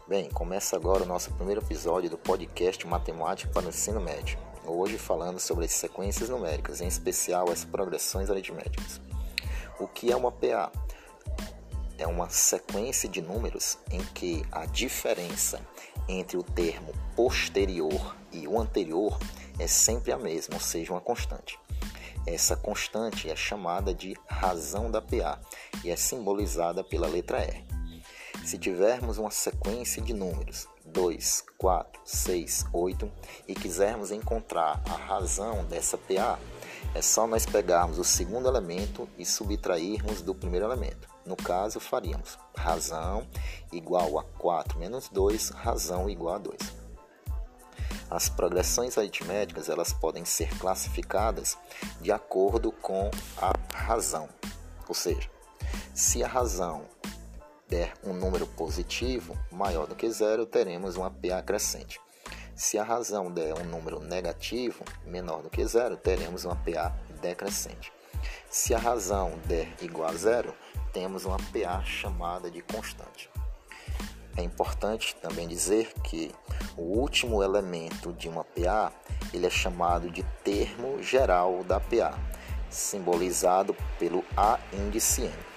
Bem, começa agora o nosso primeiro episódio do podcast Matemática para o Ensino Médio. Hoje falando sobre as sequências numéricas, em especial as progressões aritméticas. O que é uma PA? É uma sequência de números em que a diferença entre o termo posterior e o anterior é sempre a mesma, ou seja, uma constante. Essa constante é chamada de razão da PA e é simbolizada pela letra R. Se tivermos uma sequência de números 2, 4, 6, 8 e quisermos encontrar a razão dessa PA, é só nós pegarmos o segundo elemento e subtrairmos do primeiro elemento. No caso, faríamos razão igual a 4 menos 2, razão igual a 2. As progressões aritméticas elas podem ser classificadas de acordo com a razão. Ou seja, se a razão der um número positivo maior do que zero, teremos uma PA crescente. Se a razão der um número negativo menor do que zero, teremos uma PA decrescente. Se a razão der igual a zero, temos uma PA chamada de constante. É importante também dizer que o último elemento de uma PA ele é chamado de termo geral da PA, simbolizado pelo A índice N.